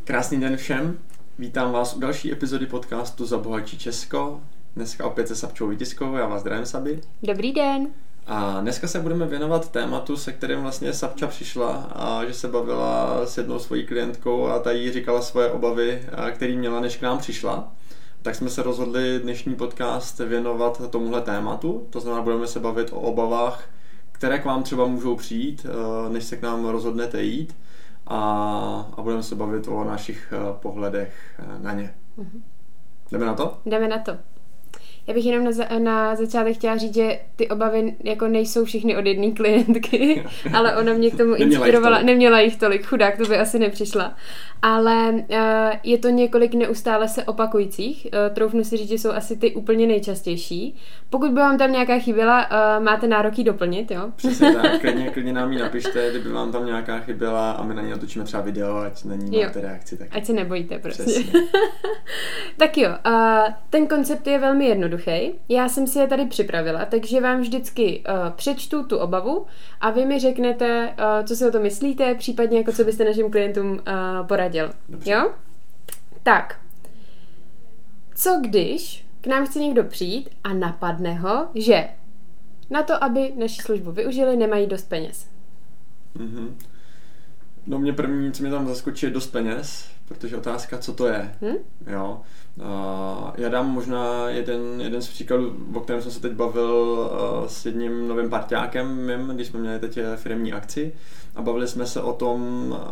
Krásný den všem, vítám vás u další epizody podcastu Zabohatí Česko. Dneska opět se Sabčou Vítiskovou, já vás zdravím, Sabi. Dobrý den. A dneska se budeme věnovat tématu, se kterým vlastně Sabča přišla a že se bavila s jednou svojí klientkou a ta jí říkala svoje obavy, které měla, než k nám přišla. Tak jsme se rozhodli dnešní podcast věnovat tomuhle tématu, to znamená, budeme se bavit o obavách, které k vám třeba můžou přijít, než se k nám rozhodnete jít. A budeme se bavit o našich pohledech na ně. Jdeme na to? Jdeme na to. Já bych jenom na začátek chtěla říct, že ty obavy jako nejsou všechny od jedné klientky, ale ona mě k tomu inspirovala. Neměla jich tolik, chudák, to by asi nepřišla. Ale je to několik neustále se opakujících. Troufnu si říct, že jsou asi ty úplně nejčastější. Pokud by vám tam nějaká chyběla, máte nárok ji doplnit, jo? Přesně tak, klidně nám ji napište, kdyby vám tam nějaká chyběla a my na ní natočíme třeba video, ať na ní máte reakci. Tak. Ať se nebojíte, prostě. Tak jo, ten koncept je velmi jednoduchý. Já jsem si je tady připravila, takže vám vždycky přečtu tu obavu a vy mi řeknete, co si o to myslíte, případně jako co byste našim klientům poradil. Dobře. Jo? Tak. Co když k nám chce někdo přijít a napadne ho, že na to, aby naši službu využili, nemají dost peněz? Mm-hmm. No mě první, co mě tam zaskočí, je dost peněz, protože otázka, co to je. Jo. Já dám možná jeden z příkladů, o kterém jsem se teď bavil s jedním novým parťákem mým, když jsme měli teď firemní akci a bavili jsme se o tom,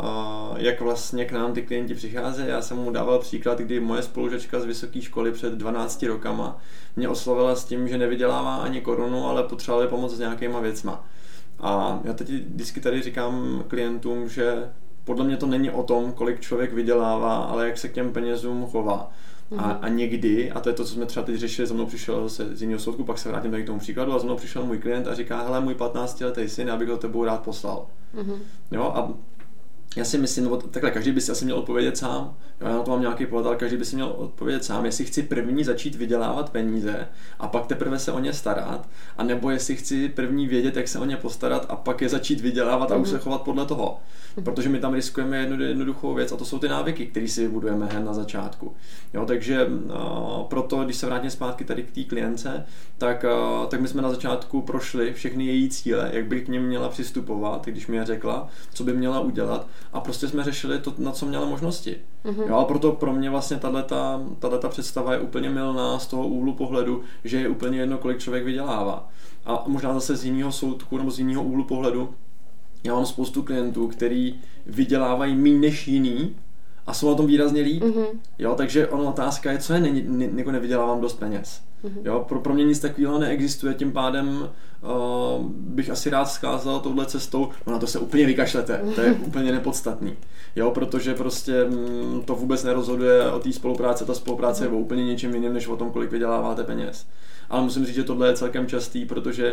jak vlastně k nám ty klienti přicházejí. Já jsem mu dával příklad, kdy moje spolužačka z vysoké školy před 12 rokama mě oslovila s tím, že nevydělává ani korunu, ale potřebovala pomoct s nějakýma věcma. A já teď vždycky tady říkám klientům, že podle mě to není o tom, kolik člověk vydělává, ale jak se k těm penězům chová. A někdy, a to je to, co jsme třeba teď řešili, za mnou přišel zase z jiného soudku, pak se vrátím tady k tomu příkladu, a za mnou přišel můj klient a říká, hele, můj 15letý syn, já bych ho tebou rád poslal. Jo, a já si myslím, nebo takhle, každý by si asi měl odpovědět sám, jo, já na to mám nějaký pohled, ale každý by si měl odpovědět sám, jestli chci první začít vydělávat peníze a pak teprve se o ně starat, anebo jestli chci první vědět, jak se o ně postarat a pak je začít vydělávat a už se chovat podle toho. Protože my tam riskujeme jednoduchou věc a to jsou ty návyky, které si vybudujeme hned na začátku. Jo, takže proto, když se vrátím zpátky tady k té klientce, tak my jsme na začátku prošli všechny její cíle, jak by k nim měla přistupovat, když mi je řekla, co by měla udělat. A prostě jsme řešili to, na co měla možnosti. Jo, a proto pro mě vlastně tato představa je úplně mylná z toho úhlu pohledu, že je úplně jedno, kolik člověk vydělává. A možná zase z jiného soudku nebo z jiného úhlu pohledu, já mám spoustu klientů, který vydělávají méně než jiný a jsou na tom výrazně líp. Jo, takže otázka je, co je, jako nevydělávám dost peněz. Jo, pro mě nic takového neexistuje, tím pádem bych asi rád zkázal touhle cestou, no na to se úplně vykašlete, to je úplně nepodstatný. Jo, protože prostě to vůbec nerozhoduje o té spolupráci, ta spolupráce je o úplně něčem jiným, než o tom, kolik vyděláváte peněz. Ale musím říct, že tohle je celkem častý, protože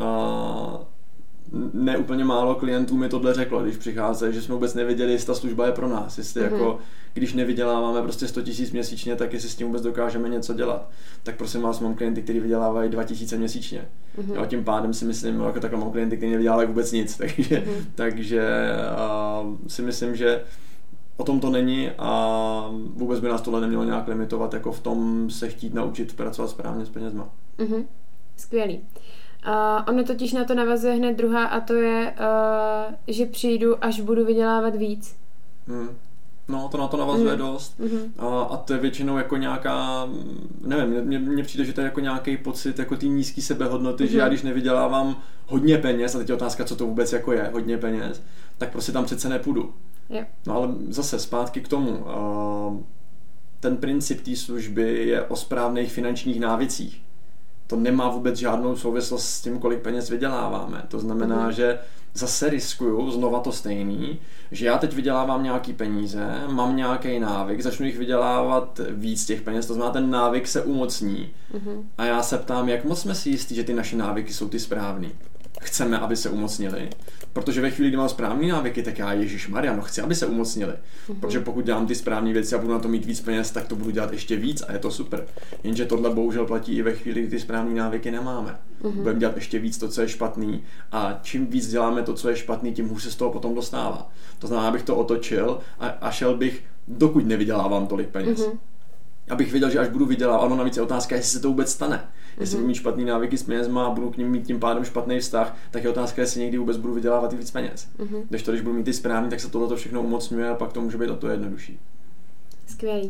ne úplně málo klientů mi tohle řeklo, když přicházejí, že jsme vůbec nevěděli, jestli ta služba je pro nás, jestli jako, když nevyděláváme prostě 100 000 měsíčně, tak jestli s tím vůbec dokážeme něco dělat. Tak prosím vás, mám klienty, kteří vydělávají 2 000 měsíčně. Jo, tím pádem si myslím, jako takhle mám klienty, kteří nevydělávají vůbec nic, takže si myslím, že o tom to není a vůbec by nás tohle nemělo nějak limitovat, jako v tom se chtít naučit pracovat správně s penězma. Skvělý. Ono totiž na to navazuje hned druhá a to je, že přijdu, až budu vydělávat víc. No, to na to navazuje dost. A to je většinou jako nějaká, nevím, mně přijde, že to je jako nějaký pocit jako té nízké sebehodnoty, že já když nevydělávám hodně peněz, a teď je otázka, co to vůbec jako je, hodně peněz, tak prostě tam přece nepůjdu. Jo. No ale zase zpátky k tomu. Ten princip té služby je o správných finančních návicích. To nemá vůbec žádnou souvislost s tím, kolik peněz vyděláváme. To znamená, že zase riskuju znova to stejný, že já teď vydělávám nějaký peníze, mám nějaký návyk, začnu jich vydělávat víc těch peněz, to znamená, ten návyk se umocní. A já se ptám, jak moc jsme si jistí, že ty naše návyky jsou ty správný. Chceme, aby se umocnili, protože ve chvíli, kdy mám správný návyky, tak já ježišmarja, chci, aby se umocnili. Protože pokud dělám ty správné věci a budu na to mít víc peněz, tak to budu dělat ještě víc a je to super. Jenže tohle bohužel platí i ve chvíli, kdy ty správné návyky nemáme. Budeme dělat ještě víc to, co je špatný, a čím víc děláme to, co je špatný, tím hůř se z toho potom dostává. To znamená, abych to otočil a šel bych dokud nevydělávám tolik peněz. Abych věděl, že až budu vydělávat, ano, navíc je otázka, jestli se to vůbec stane. Jestli budu mít špatný návyky s penězma a budu k nim mít tím pádem špatný vztah, tak je otázka, jestli někdy vůbec budu vydělávat i víc peněz. Když budu mít ty správný, tak se tohle všechno umocňuje a pak to může být o to jednodušší. Skvělý.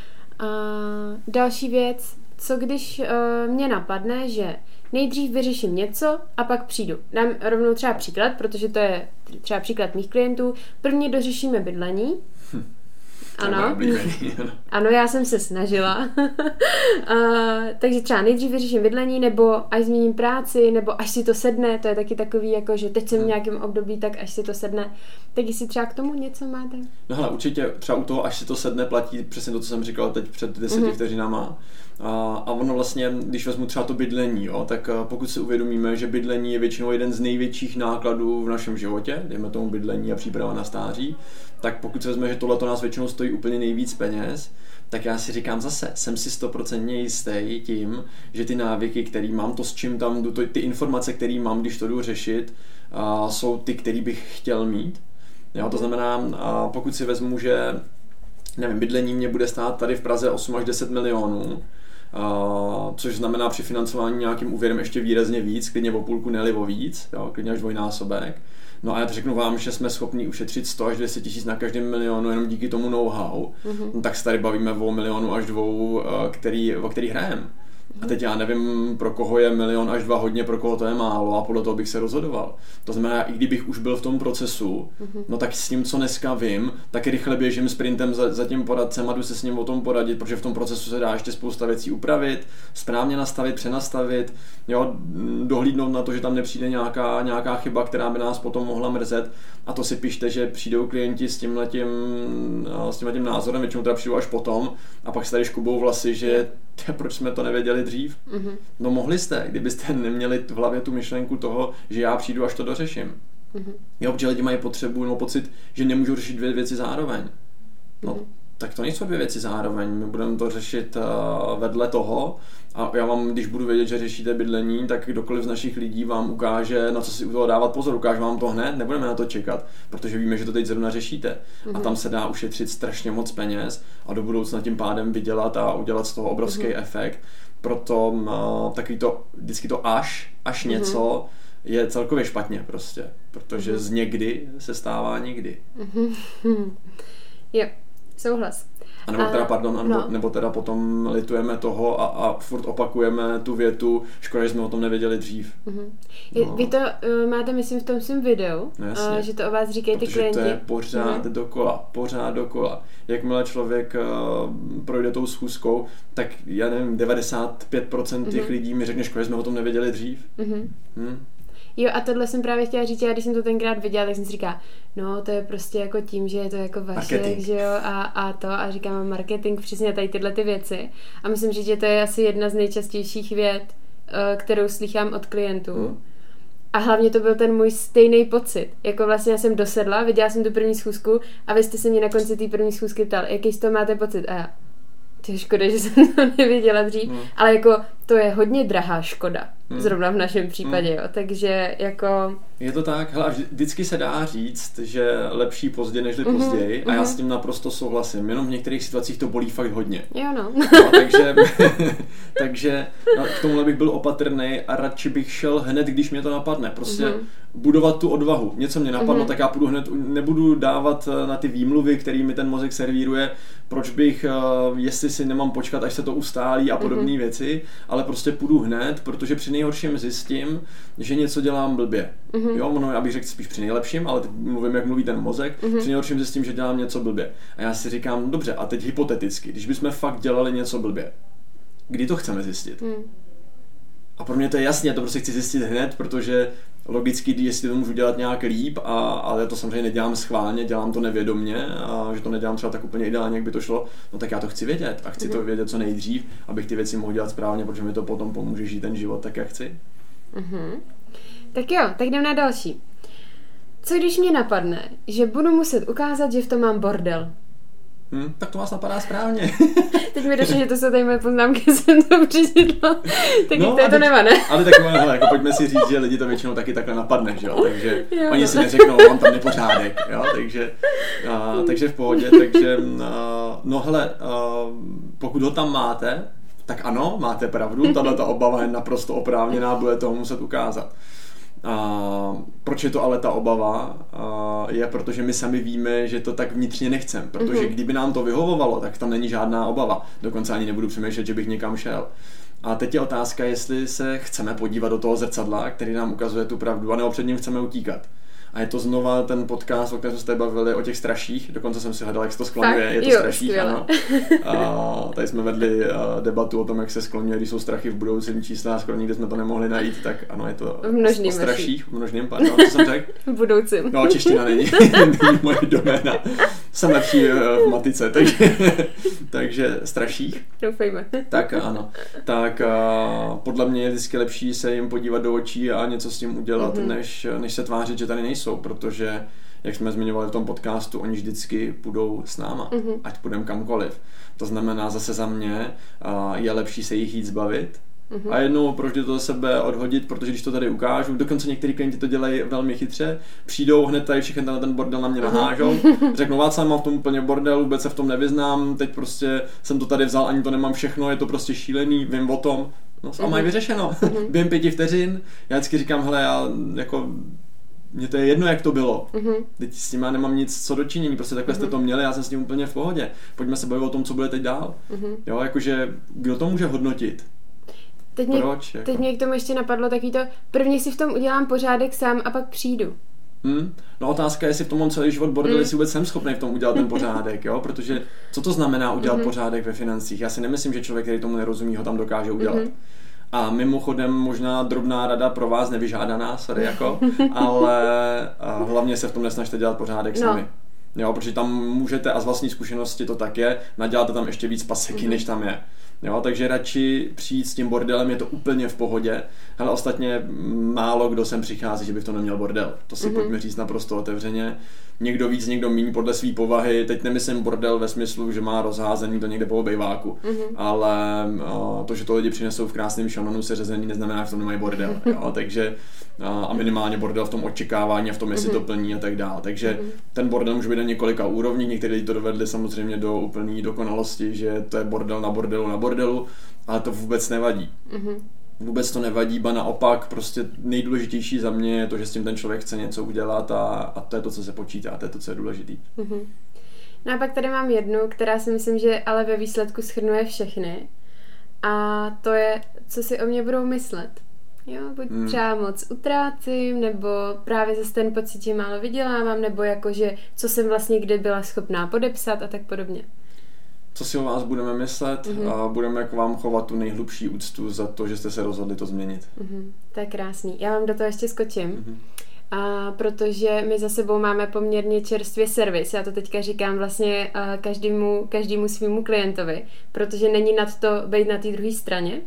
Další věc, co když mě napadne, že nejdřív vyřeším něco a pak přijdu. Dám rovnou třeba příklad, protože to je třeba příklad mých klientů. Prvně dořešíme bydlení. Ano. Ano, já jsem se snažila. Takže třeba nejdřív vyřeším bydlení, nebo až změním práci, nebo až si to sedne, to je taky takový, jako že teď jsem v nějakém období, tak až si to sedne. Tak jestli třeba k tomu něco máte? No hele, určitě třeba u toho, až si to sedne, platí přesně to, co jsem říkal teď před 10 vteřinama. A ono vlastně, když vezmu třeba to bydlení, jo, tak pokud si uvědomíme, že bydlení je většinou jeden z největších nákladů v našem životě, dejme tomu bydlení a příprava na stáří, tak pokud se vezme, že tohle to nás většinou stojí úplně nejvíc peněz, tak já si říkám zase, jsem si 100% jistý tím, že ty návyky, který mám, to s čím tam jdu, ty informace, které mám, když to jdu řešit, jsou ty, které bych chtěl mít. Jo, to znamená, pokud si vezmu, že nevím, bydlení mě bude stát tady v Praze 8 až 10 milionů, což znamená při financování nějakým úvěrem ještě výrazně víc, klidně o půlku, ne-li o víc, jo, klidně až dvojnásobek. No a já řeknu vám, že jsme schopni ušetřit 100 až 200 tisíc na každém milionu jenom díky tomu know-how, no, tak se tady bavíme o milionu až 2, o který hrajeme. A teď já nevím, pro koho je 1 milion až 2 hodně, pro koho to je málo a podle toho bych se rozhodoval. To znamená, i kdybych už byl v tom procesu, no tak s tím, co dneska vím, tak rychle běžím sprintem za tím poradcem a jdu se s ním o tom poradit, protože v tom procesu se dá ještě spousta věcí upravit, správně nastavit, přenastavit, jo, dohlídnout na to, že tam nepřijde nějaká chyba, která by nás potom mohla mrzet. A to si pište, že přijdou klienti s tímhletím názorem, většinou teda přijdou až potom a pak se tady škubou vlasy, že proč jsme to nevěděli dřív. No mohli jste, kdybyste neměli v hlavě tu myšlenku toho, že já přijdu, až to dořeším. Jo, protože lidi mají potřebu nebo pocit, že nemůžou řešit 2 věci zároveň. No, tak to nejsou 2 věci zároveň. My budeme to řešit vedle toho a já vám, když budu vědět, že řešíte bydlení, tak kdokoliv z našich lidí vám ukáže, na co si u toho dávat pozor. Ukáže vám to hned, nebudeme na to čekat, protože víme, že to teď zrovna řešíte. A tam se dá ušetřit strašně moc peněz a do budoucna tím pádem vydělat a udělat z toho obrovský efekt. Proto takový to, vždycky to až něco je celkově špatně prostě, protože z někdy se stává nikdy. Jo, souhlas. A nebo teda, nebo teda potom litujeme toho a furt opakujeme tu větu, škoda, že jsme o tom nevěděli dřív. No. Vy to máte, myslím, v tom svém videu, že to o vás říkají ty klienti. Protože to je pořád dokola. Jakmile člověk projde tou schůzkou, tak já nevím, 95% těch lidí mi řekne, škoda, že jsme o tom nevěděli dřív. Jo, a tohle jsem právě chtěla říct, já když jsem to tenkrát viděla, tak jsem si říkala, no to je prostě jako tím, že je to jako vašek, že jo, a říkám marketing, přesně tady tyhle ty věci. A myslím, že to je asi jedna z nejčastějších vět, kterou slychám od klientů. A hlavně to byl ten můj stejný pocit. Jako vlastně já jsem dosedla, viděla jsem tu první schůzku a vy jste se mě na konci té první schůzky ptal, jaký z toho máte pocit? A já, to je škoda, že jsem to nevěděla dřív, ale jako to je hodně drahá škoda, zrovna v našem případě, jo, takže jako... Je to tak, hele, vždycky se dá říct, že lepší pozdě než později a já s tím naprosto souhlasím, jenom v některých situacích to bolí fakt hodně. Jo, no. Takže k tomuhle bych byl opatrnej a radši bych šel hned, když mě to napadne, prostě budovat tu odvahu. Něco mě napadlo, tak já půjdu hned, nebudu dávat na ty výmluvy, který mi ten mozek servíruje, proč bych, jestli si nemám počkat, až se to ustálí a podobné věci, ale prostě půjdu hned, protože při nejhorším zjistím, že něco dělám blbě. Jo, ono, já bych řekl spíš při nejlepším, ale teď mluvím, jak mluví ten mozek, při nejhorším zjistím, že dělám něco blbě. A já si říkám, dobře, a teď hypoteticky, když bychom fakt dělali něco blbě, kdy to chceme zjistit? A pro mě to je jasně, já to prostě chci zjistit hned, protože logicky, jestli to můžu dělat nějak líp, ale já to samozřejmě nedělám schválně, dělám to nevědomně a že to nedělám třeba tak úplně ideálně, jak by to šlo, no tak já to chci vědět a chci to vědět co nejdřív, abych ty věci mohl dělat správně, protože mi to potom pomůže žít ten život tak, jak chci. Tak jo, tak jdem na další. Co když mě napadne, že budu muset ukázat, že v tom mám bordel? Tak to vás napadá správně. Teď mi došlo, že to jsou tady moje poznámky, jsem to přečetla. Tak no, to nemá, ne? Ale tak jako pojďme si říct, že lidi to většinou taky takhle napadne, že jo? Takže jo, oni si neřeknou, mám tam nepořádek, jo? Takže v pohodě, takže no hele, pokud ho tam máte, tak ano, máte pravdu, tato obava je naprosto oprávněná, bude toho muset ukázat. Proč je to ale ta obava? Je protože my sami víme, že to tak vnitřně nechcem, protože kdyby nám to vyhovovalo, tak tam není žádná obava. Dokonce ani nebudu přemýšlet, že bych někam šel. A teď je otázka, jestli se chceme podívat do toho zrcadla, který nám ukazuje tu pravdu, anebo před ním chceme utíkat. A je to znova ten podcast, o kterém jsme se tady bavili, o těch straších. Dokonce jsem si hledal, jak se to skloňuje. Je to straších, ano. Tady jsme vedli debatu o tom, jak se skloňuje, když jsou strachy v budoucím čísle a skoro nikde jsme to nemohli najít, tak ano, je to o straších. V množným, pardon, co jsem řekl? V budoucím. No, čeština není moje doména. Jsem lepší v matice, takže straších. Doufejme. Tak ano. Tak podle mě je vždycky lepší se jim podívat do očí a něco s tím udělat, než se tvářit, že tady nejsou, protože, jak jsme zmiňovali v tom podcastu, oni vždycky půjdou s náma, ať půjdeme kamkoliv. To znamená zase za mě, je lepší se jich jít zbavit a jednou proždy to za sebe odhodit, protože když to tady ukážu, dokonce některý klienti to dělají velmi chytře, přijdou hned tady všechny ten bordel na mě nahážou, řeknou, Václav, mám v tom úplně bordel, vůbec se v tom nevyznám, teď prostě jsem to tady vzal, ani to nemám všechno, je to prostě šílený, vím o tom, no a mají vyřešeno, během 5 vteřin, já vždycky říkám, hele, já jako mně to je jedno, jak to bylo. Teď s tím já nemám nic co dočinění, prostě takhle jste to měli, já jsem s tím úplně v pohodě. Pojďme se bavit o tom, co bude teď dál. Jo, jakože, kdo to může hodnotit? Proč? Teď mě k tomu ještě napadlo takový to, prvně si v tom udělám pořádek sám a pak přijdu. No otázka je, jestli v tom mám celý život bordel, jestli vůbec jsem schopný v tom udělat ten pořádek, jo? Protože co to znamená udělat pořádek ve financích? Já si nemyslím, že člověk, který tomu nerozumí, ho tam dokáže udělat. A mimochodem možná drobná rada pro vás, nevyžádaná, sorry jako, ale hlavně se v tom nesnažte dělat pořádek sami. Jo, protože tam můžete, a z vlastní zkušenosti to tak je, naděláte tam ještě víc paseky, než tam je. Jo, takže radši přijít s tím bordelem, je to úplně v pohodě. Hele, ostatně málo kdo sem přichází, že by v tom neměl bordel. To si pojďme říct naprosto otevřeně. Někdo víc, někdo míň podle své povahy. Teď nemyslím bordel ve smyslu, že má rozházený to někde po obejváku, ale to, že to lidi přinesou v krásném šanonu seřezený, neznamená, že v tom nemají bordel. Jo, takže a minimálně bordel v tom očekávání a v tom, jestli to plní a tak dále. Takže ten bordel může být na několika úrovních. Někteří lidi to dovedli samozřejmě do úplné dokonalosti, že to je bordel na bordelu, ale to vůbec nevadí. Vůbec to nevadí, ba naopak, prostě nejdůležitější za mě je to, že s tím ten člověk chce něco udělat a to je to, co se počítá, to je to, co je důležitý. No a pak tady mám jednu, která si myslím, že ale ve výsledku shrnuje všechny a to je, co si o mě budou myslet. Jo, buď třeba moc utrácím, nebo právě zase ten pocit, že málo vydělávám, nebo jakože co jsem vlastně kdy byla schopná podepsat a tak podobně. Co si o vás budeme myslet a budeme k vám chovat tu nejhlubší úctu za to, že jste se rozhodli to změnit. To je krásný. Já vám do toho ještě skočím. Protože my za sebou máme poměrně čerstvě servis. Já to teďka říkám vlastně každému svýmu klientovi, protože není nad to být na té druhé straně.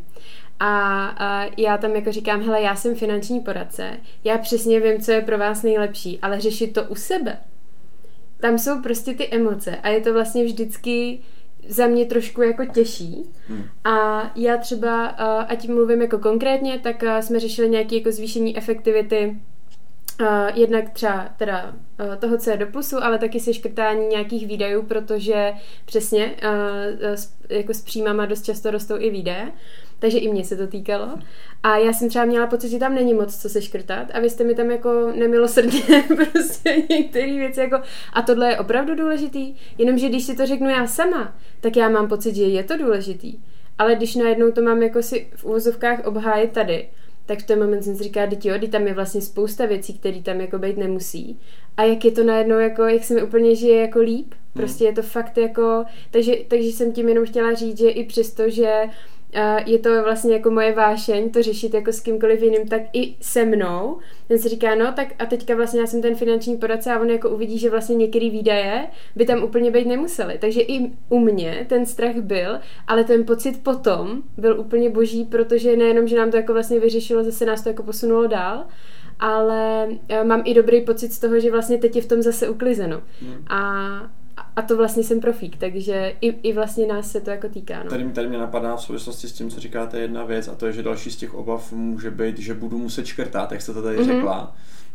A já tam jako říkám, hele, já jsem finanční poradce, já přesně vím, co je pro vás nejlepší, ale řešit to u sebe. Tam jsou prostě ty emoce a je to vlastně vždycky za mě trošku jako těžší. A já třeba, ať mluvím jako konkrétně, tak jsme řešili nějaké jako zvýšení efektivity jednak třeba teda toho, co je do plusu, ale taky seškrtání nějakých výdajů, protože přesně jako s příjmama dost často rostou i výdaje. Takže i mě se to týkalo. A já jsem třeba měla pocit, že tam není moc co se škrtat a vy jste mi tam jako nemilosrdně prostě některé věci jako a tohle je opravdu důležitý, jenomže když si to řeknu já sama, tak já mám pocit, že je to důležitý. Ale když najednou to mám jako si v uvozovkách obhájit tady, tak v ten moment jsem si říká, teď tam je vlastně spousta věcí, které tam jako být nemusí. A jak je to najednou jako, jak se mi úplně žije jako líp, prostě je to fakt jako, takže jsem tím jenom chtěla říct, že i přesto, že je to vlastně jako moje vášeň to řešit jako s kýmkoliv jiným, tak i se mnou. Ten si říká, no tak a teďka vlastně já jsem ten finanční poradce a on jako uvidí, že vlastně některé výdaje by tam úplně být nemusely. Takže i u mě ten strach byl, ale ten pocit potom byl úplně boží, protože nejenom, že nám to jako vlastně vyřešilo, zase nás to jako posunulo dál, ale mám i dobrý pocit z toho, že vlastně teď je v tom zase uklizeno. A A to vlastně jsem profík, takže i vlastně nás se to jako týká. No. Tady mě napadá v souvislosti s tím, co říkáte, jedna věc, a to je, že další z těch obav může být, že budu muset škrtat, jak jste to tady řekla.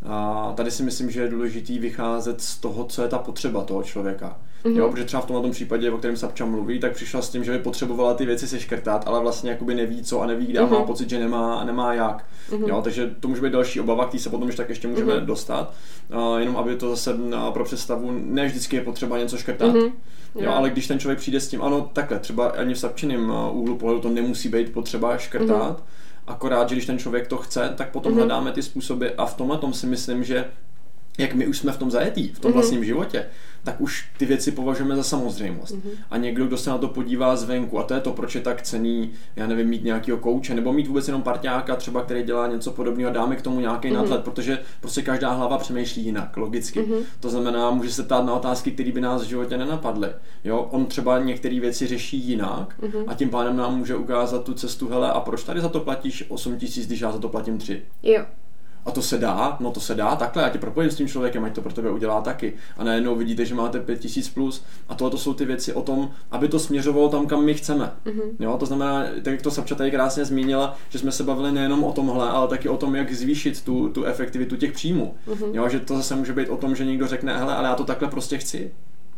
A tady si myslím, že je důležitý vycházet z toho, co je ta potřeba toho člověka. Jo, protože třeba v tomhle případě, o kterém Sapča mluví, tak přišla s tím, že by potřebovala ty věci seškrtat, ale vlastně jakoby neví co a neví kde a má pocit, že nemá jak. Jo, takže to může být další obava, který se potom tak ještě můžeme dostat. Jenom aby to zase pro představu, ne vždycky je potřeba něco škrtat. Jo, ale když ten člověk přijde s tím, ano, takhle, třeba ani v Sapčiném úhlu pohledu to nemusí být potřeba škrtat, akorát, že když ten člověk to chce, tak potom hledáme ty způsoby a v tomhle tom si myslím, že jak my už jsme v tom zajetí, v tom vlastním životě, tak už ty věci považujeme za samozřejmost. A někdo, kdo se na to podívá zvenku, a to je to, proč je tak cenný, já nevím, mít nějakého kouče, nebo mít vůbec jenom parťáka, třeba, který dělá něco podobného, dáme k tomu nějaký nadhled, protože prostě každá hlava přemýšlí jinak, logicky. To znamená, může se ptát na otázky, které by nás v životě nenapadly. Jo, on třeba některé věci řeší jinak a tím pádem nám může ukázat tu cestu, hele, a proč tady za to platíš 8 000, když já za to platím 3? Jo. A to se dá, takhle, já tě propojím s tím člověkem, ať to pro tebe udělá taky. A najednou vidíte, že máte 5 000 plus a tohle jsou ty věci o tom, aby to směřovalo tam, kam my chceme. Jo, to znamená, tak jak to Sapča tady krásně zmínila, že jsme se bavili nejenom o tomhle, ale taky o tom, jak zvýšit tu efektivitu těch příjmů. Jo, že to zase může být o tom, že někdo řekne, hele, ale já to takhle prostě chci.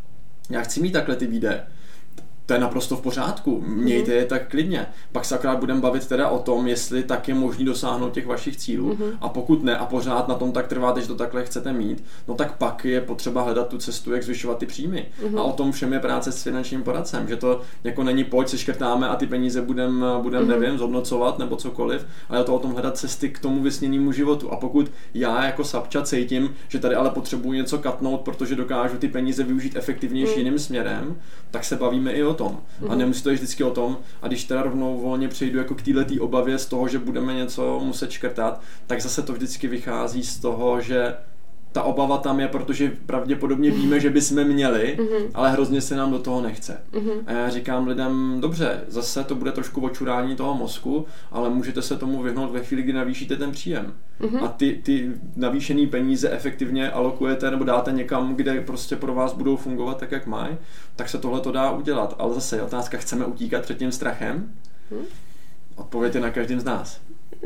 Já chci mít takhle ty výdaje. To je naprosto v pořádku, mějte je tak klidně. Pak se akorát budeme bavit teda o tom, jestli tak je možný dosáhnout těch vašich cílů. A pokud ne a pořád na tom tak trváte, že to takhle chcete mít, no tak pak je potřeba hledat tu cestu, jak zvyšovat ty příjmy. A o tom všem je práce s finančním poradcem, že to jako není pojď, seškrtáme a ty peníze budem nevím, zhodnocovat nebo cokoliv, ale je to o tom hledat cesty k tomu vysněnému životu. A pokud já jako Sapča cítím, že tady ale potřebuji něco katnout, protože dokážu ty peníze využít efektivnější jiným směrem, tak se bavíme i o tom. A nemusí to jít vždycky o tom. A když teda rovnou volně přejdu jako k této obavě z toho, že budeme něco muset škrtat, tak zase to vždycky vychází z toho, že ta obava tam je, protože pravděpodobně víme, že bychom měli, ale hrozně se nám do toho nechce. A já říkám lidem, dobře, zase to bude trošku očurání toho mozku, ale můžete se tomu vyhnout ve chvíli, kdy navýšíte ten příjem. A ty navýšený peníze efektivně alokujete nebo dáte někam, kde prostě pro vás budou fungovat tak, jak mají, tak se tohle to dá udělat. Ale zase je otázka, chceme utíkat před tím strachem? Odpověď je na každém z nás.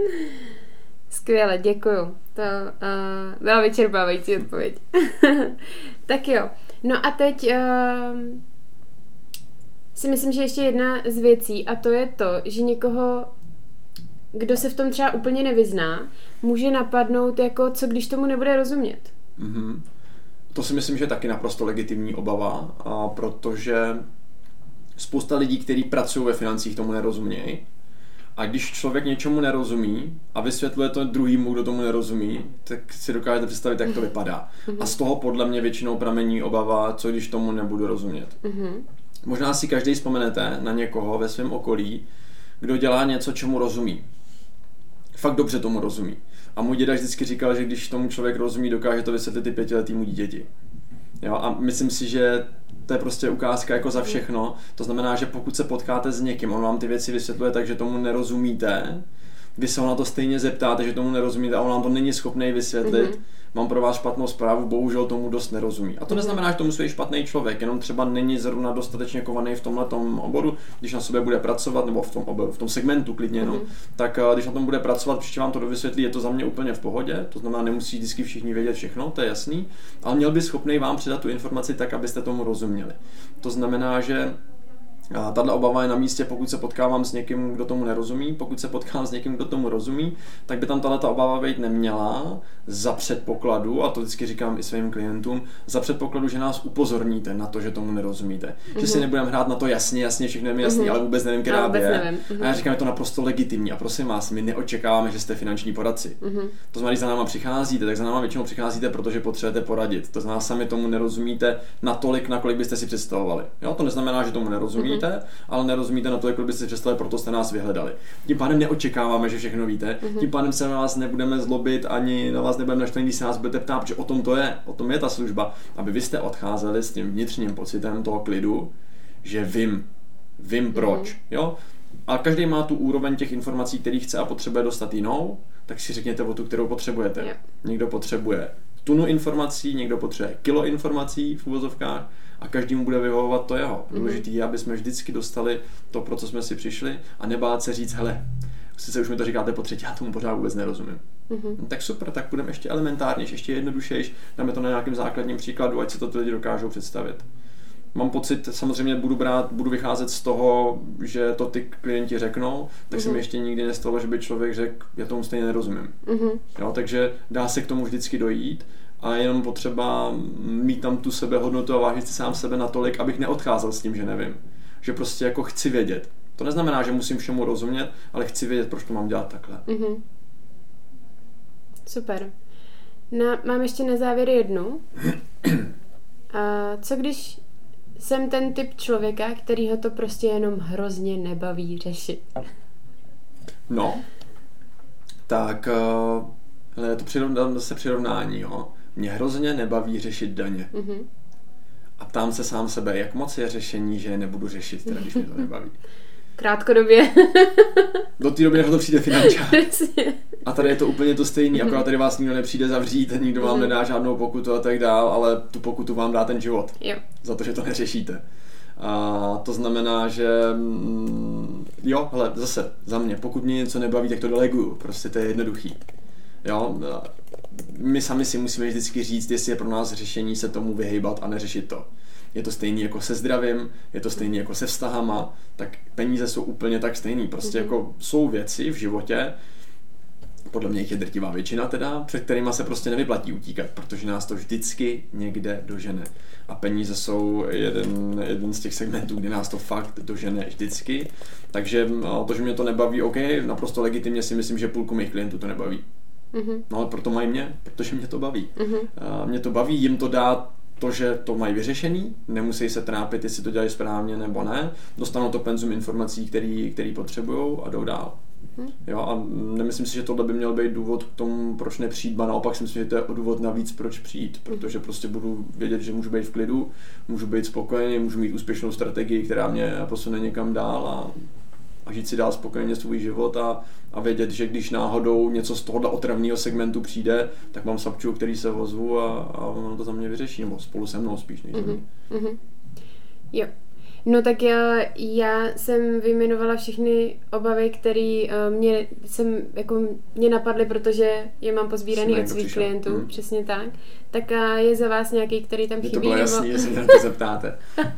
Skvěle, děkuju. To byla vyčerpávající odpověď. Tak jo. No a teď si myslím, že ještě jedna z věcí, a to je to, že někoho, kdo se v tom třeba úplně nevyzná, může napadnout jako, co když tomu nebude rozumět. To si myslím, že je taky naprosto legitimní obava, protože spousta lidí, kteří pracují ve financích, tomu nerozumějí. A když člověk něčemu nerozumí a vysvětluje to druhýmu, kdo tomu nerozumí, tak si dokážete představit, jak to vypadá. A z toho podle mě většinou pramení obava, co když tomu nebudu rozumět. Možná si každý vzpomenete na někoho ve svém okolí, kdo dělá něco, čemu rozumí. Fakt dobře tomu rozumí. A můj děda vždycky říkal, že když tomu člověk rozumí, dokáže to vysvětlit i 5letýmu dítěti. Jo, a myslím si, že to je prostě ukázka jako za všechno. To znamená, že pokud se potkáte s někým, on vám ty věci vysvětluje tak, že tomu nerozumíte, vy se ho na to stejně zeptáte, že tomu nerozumíte a on vám to není schopný vysvětlit, mám pro vás špatnou zprávu, bohužel tomu dost nerozumí. A to neznamená, že to musí být špatný člověk, jenom třeba není zrovna dostatečně kovaný v tomhletom oboru, když na sobě bude pracovat, nebo v tom oboru, v tom segmentu klidně jenom, tak když na tom bude pracovat, příště vám to dovysvětlí, je to za mě úplně v pohodě, to znamená, nemusí vždycky všichni vědět všechno, to je jasný, ale měl by schopný vám předat tu informaci tak, abyste tomu rozuměli. To znamená, že tato obava je na místě, pokud se potkávám s někým, kdo tomu nerozumí. Pokud se potkám s někým, kdo tomu rozumí, tak by tam tato obava být neměla za předpokladu, a to vždycky říkám i svým klientům, za předpokladu, že nás upozorníte na to, že tomu nerozumíte. Že si nebudeme hrát na to jasně, všechno je mi jasný, ale vůbec nevím, která je. A já říkám, je to naprosto legitimní. A prosím vás, my neočekáváme, že jste finanční poradci. To znamená, když za náma přicházíte, tak za náma většinou přicházíte, protože potřebujete poradit. To znamená, sami tomu nerozumíte natolik, nakolik byste si představovali. Jo, to neznamená, že tomu nerozumíte. Ale nerozumíte na to, jak byste si představili, proto jste nás vyhledali. Tím pádem neočekáváme, že všechno víte, tím pádem se na vás nebudeme zlobit, ani na vás nebudeme naštvaní, když se nás budete ptát, protože o tom je ta služba, aby vy jste odcházeli s tím vnitřním pocitem toho klidu, že vím proč, jo? A každý má tu úroveň těch informací, který chce a potřebuje dostat jinou, tak si řekněte o tu, kterou potřebujete. Někdo potřebuje tunu informací, někdo potřebuje kilo informací v uvozovkách a každý mu bude vyhovovat to jeho. Důležité je, aby jsme vždycky dostali to, pro co jsme si přišli a nebát se říct, hele, sice už mi to říkáte po třetí, já tomu pořád vůbec nerozumím. Tak super, tak budeme ještě elementárnější, ještě jednodušejší, dáme to na nějakém základním příkladu, ať si to ty lidi dokážou představit. Mám pocit, samozřejmě budu vycházet z toho, že to ty klienti řeknou, tak se mi ještě nikdy nestalo, že by člověk řekl, já tomu stejně nerozumím. Jo, takže dá se k tomu vždycky dojít a je jenom potřeba mít tam tu sebehodnotu a vážit si sám sebe natolik, abych neodcházel s tím, že nevím. Že prostě jako chci vědět. To neznamená, že musím všemu rozumět, ale chci vědět, proč to mám dělat takhle. Super. Mám ještě na závěr jednu. A co když jsem ten typ člověka, kterýho to prostě jenom hrozně nebaví řešit? No, tak to zase přirovnání, jo. Mě hrozně nebaví řešit daně. A ptám se sám sebe, jak moc je řešení, že je nebudu řešit, teda když mě to nebaví. Krátkodobě. Do té doby, než to přijde finančák. A tady je to úplně to stejné, akorát tady vás nikdo nepřijde zavřít, nikdo vám nedá žádnou pokutu a tak dál, ale tu pokutu vám dá ten život. Jo. Za to, že to neřešíte. A to znamená, že jo, hele, zase za mě, pokud mě něco nebaví, tak to deleguju, prostě to je jednoduchý. Jo, my sami si musíme vždycky říct, jestli je pro nás řešení se tomu vyhejbat a neřešit to. Je to stejný jako se zdravím, je to stejný jako se vztahama, tak peníze jsou úplně tak stejný. Prostě jako jsou věci v životě, podle mě jich je drtivá většina teda, před kterýma se prostě nevyplatí utíkat, protože nás to vždycky někde dožene. A peníze jsou jeden z těch segmentů, kdy nás to fakt dožene vždycky. Takže to, že mě to nebaví, OK, naprosto legitimně si myslím, že půlku mých klientů to nebaví. No ale proto mají mě, protože mě to baví. Mě to baví, jim to dá to, že to mají vyřešený, nemusí se trápit, jestli to dělají správně nebo ne, dostanou to penzum informací, který potřebujou a jdou dál. Jo, a nemyslím si, že tohle by měl být důvod k tomu, proč nepřijít, ba naopak si myslím, že to je důvod navíc, proč přijít, protože prostě budu vědět, že můžu být v klidu, můžu být spokojený, můžu mít úspěšnou strategii, která mě posune někam dál a žít si dál spokojeně svůj život a vědět, že když náhodou něco z tohohle otravného segmentu přijde, tak mám sapču, který se ozvu a ono to za mě vyřeší, nebo spolu se mnou spíš než Jo. No tak já jsem vyjmenovala všechny obavy, které mě napadly, protože je mám pozbíraný od svých klientů, přesně tak. Tak je za vás nějaký, který tam chybí? To bylo jasný, jestli na to zeptáte.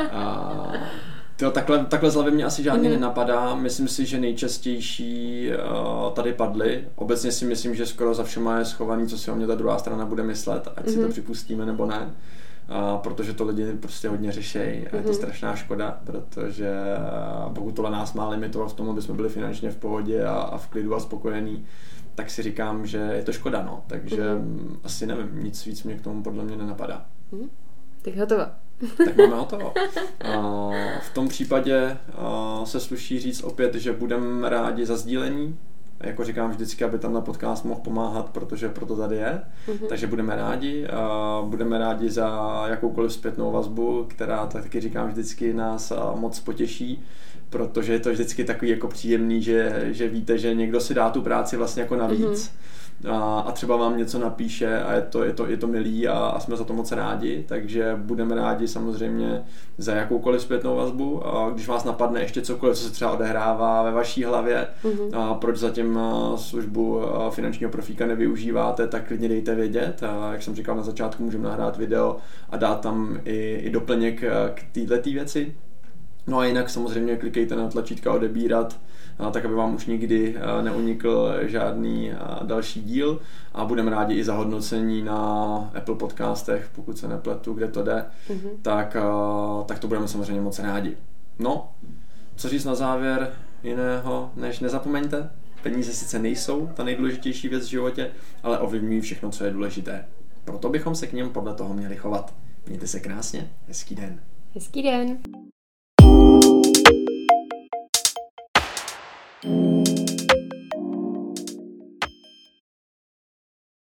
Takhle z hlavy mě asi žádný nenapadá. Myslím si, že nejčastější tady padly. Obecně si myslím, že skoro za všema je schovaný, co si o mě ta druhá strana bude myslet, ať si to připustíme nebo ne. Protože to lidi prostě hodně řešejí a je to strašná škoda, protože pokud tohle nás má limitovat v tom, aby jsme byli finančně v pohodě a v klidu a spokojení, tak si říkám, že je to škoda, no. Takže asi nevím, nic víc mě k tomu podle mě nenapadá. Tak hotovo. Tak máme hotovo. V tom případě se sluší říct opět, že budeme rádi za sdílení. Jako říkám vždycky, aby tenhle podcast mohl pomáhat, protože proto tady je. Takže budeme rádi. Budeme rádi za jakoukoliv zpětnou vazbu, která, taky říkám vždycky, nás moc potěší, protože je to vždycky takový jako příjemný, že víte, že někdo si dá tu práci vlastně jako navíc. A třeba vám něco napíše a je to milý a jsme za to moc rádi, takže budeme rádi samozřejmě za jakoukoliv zpětnou vazbu a když vás napadne ještě cokoliv, co se třeba odehrává ve vaší hlavě a proč zatím službu finančního profíka nevyužíváte, tak klidně dejte vědět a jak jsem říkal na začátku, můžeme nahrát video a dát tam i doplněk k této věci. No a jinak samozřejmě klikejte na tlačítka odebírat, tak aby vám už nikdy neunikl žádný další díl a budeme rádi i za hodnocení na Apple podcastech, pokud se nepletu, kde to jde, tak to budeme samozřejmě moc rádi. No, co říct na závěr jiného, než nezapomeňte, peníze sice nejsou ta nejdůležitější věc v životě, ale ovlivňují všechno, co je důležité. Proto bychom se k něm podle toho měli chovat. Mějte se krásně, hezký den. Hezký den.